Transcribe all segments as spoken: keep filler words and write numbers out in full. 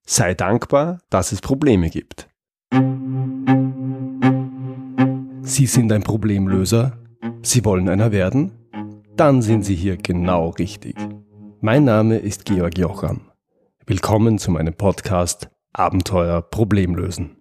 Sei dankbar, dass es Probleme gibt. Sie sind ein Problemlöser? Sie wollen einer werden? Dann sind Sie hier genau richtig. Mein Name ist Georg Jocham. Willkommen zu meinem Podcast Abenteuer Problemlösen.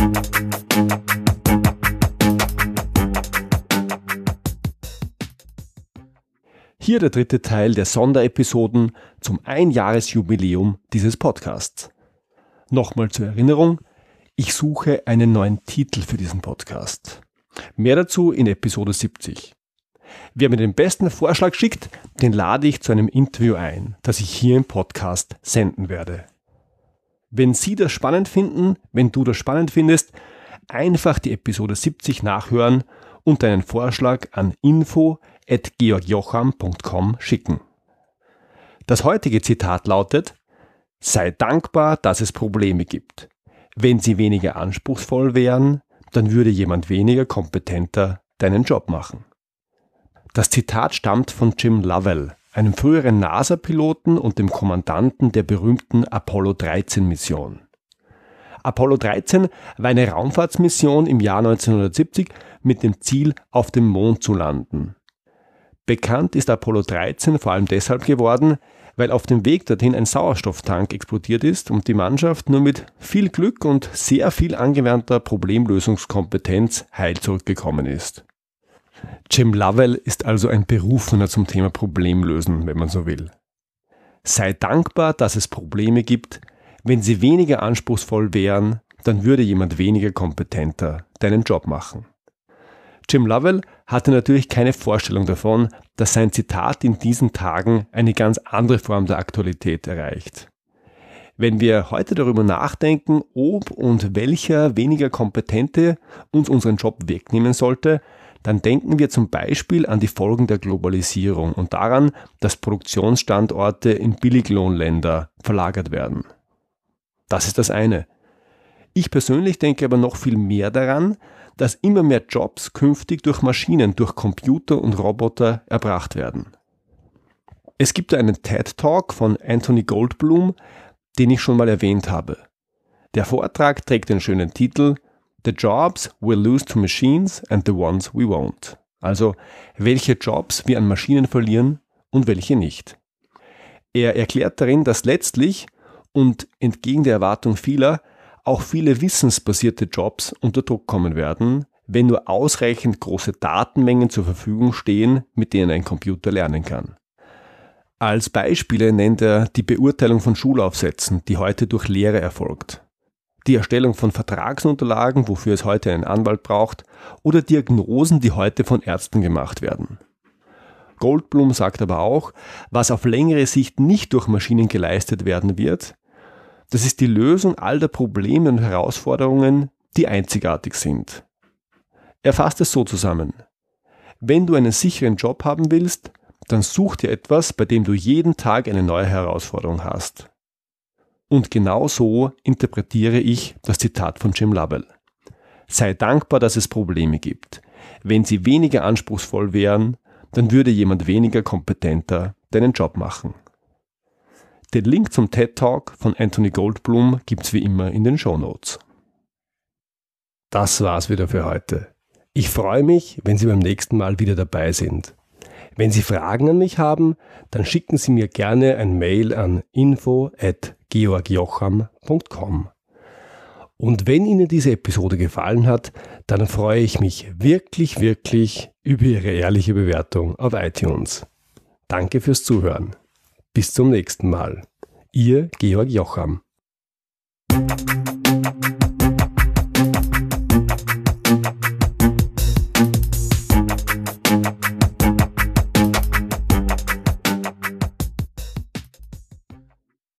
Hier der dritte Teil der Sonderepisoden zum Einjahresjubiläum dieses Podcasts. Nochmal zur Erinnerung, ich suche einen neuen Titel für diesen Podcast. Mehr dazu in Episode siebzig. Wer mir den besten Vorschlag schickt, den lade ich zu einem Interview ein, das ich hier im Podcast senden werde. Wenn Sie das spannend finden, wenn du das spannend findest, einfach die Episode siebzig nachhören und deinen Vorschlag an info at georgjocham punkt com schicken. Das heutige Zitat lautet: Sei dankbar, dass es Probleme gibt. Wenn sie weniger anspruchsvoll wären, dann würde jemand weniger kompetenter deinen Job machen. Das Zitat stammt von Jim Lovell, einem früheren NASA-Piloten und dem Kommandanten der berühmten Apollo dreizehn Mission. Apollo dreizehn war eine Raumfahrtsmission im Jahr neunzehnhundertsiebzig mit dem Ziel, auf dem Mond zu landen. Bekannt ist Apollo dreizehn vor allem deshalb geworden, weil auf dem Weg dorthin ein Sauerstofftank explodiert ist und die Mannschaft nur mit viel Glück und sehr viel angewandter Problemlösungskompetenz heil zurückgekommen ist. Jim Lovell ist also ein Berufener zum Thema Problemlösen, wenn man so will. Sei dankbar, dass es Probleme gibt. Wenn sie weniger anspruchsvoll wären, dann würde jemand weniger kompetenter deinen Job machen. Jim Lovell hatte natürlich keine Vorstellung davon, dass sein Zitat in diesen Tagen eine ganz andere Form der Aktualität erreicht. Wenn wir heute darüber nachdenken, ob und welcher weniger Kompetente uns unseren Job wegnehmen sollte, dann denken wir zum Beispiel an die Folgen der Globalisierung und daran, dass Produktionsstandorte in Billiglohnländer verlagert werden. Das ist das eine. Ich persönlich denke aber noch viel mehr daran, dass immer mehr Jobs künftig durch Maschinen, durch Computer und Roboter erbracht werden. Es gibt einen TED-Talk von Anthony Goldblum, den ich schon mal erwähnt habe. Der Vortrag trägt den schönen Titel The Jobs We'll Lose to Machines and the Ones We Won't. Also, welche Jobs wir an Maschinen verlieren und welche nicht. Er erklärt darin, dass letztlich und entgegen der Erwartung vieler auch viele wissensbasierte Jobs unter Druck kommen werden, wenn nur ausreichend große Datenmengen zur Verfügung stehen, mit denen ein Computer lernen kann. Als Beispiele nennt er die Beurteilung von Schulaufsätzen, die heute durch Lehrer erfolgt, die Erstellung von Vertragsunterlagen, wofür es heute einen Anwalt braucht, oder Diagnosen, die heute von Ärzten gemacht werden. Goldblum sagt aber auch, was auf längere Sicht nicht durch Maschinen geleistet werden wird, das ist die Lösung all der Probleme und Herausforderungen, die einzigartig sind. Er fasst es so zusammen: Wenn du einen sicheren Job haben willst, dann such dir etwas, bei dem du jeden Tag eine neue Herausforderung hast. Und genau so interpretiere ich das Zitat von Jim Lovell. Sei dankbar, dass es Probleme gibt. Wenn sie weniger anspruchsvoll wären, dann würde jemand weniger kompetenter deinen Job machen. Den Link zum TED-Talk von Anthony Goldblum gibt's wie immer in den Shownotes. Das war's wieder für heute. Ich freue mich, wenn Sie beim nächsten Mal wieder dabei sind. Wenn Sie Fragen an mich haben, dann schicken Sie mir gerne ein Mail an info at georgjocham punkt com. Und wenn Ihnen diese Episode gefallen hat, dann freue ich mich wirklich, wirklich über Ihre ehrliche Bewertung auf iTunes. Danke fürs Zuhören. Bis zum nächsten Mal. Ihr Georg Jocham.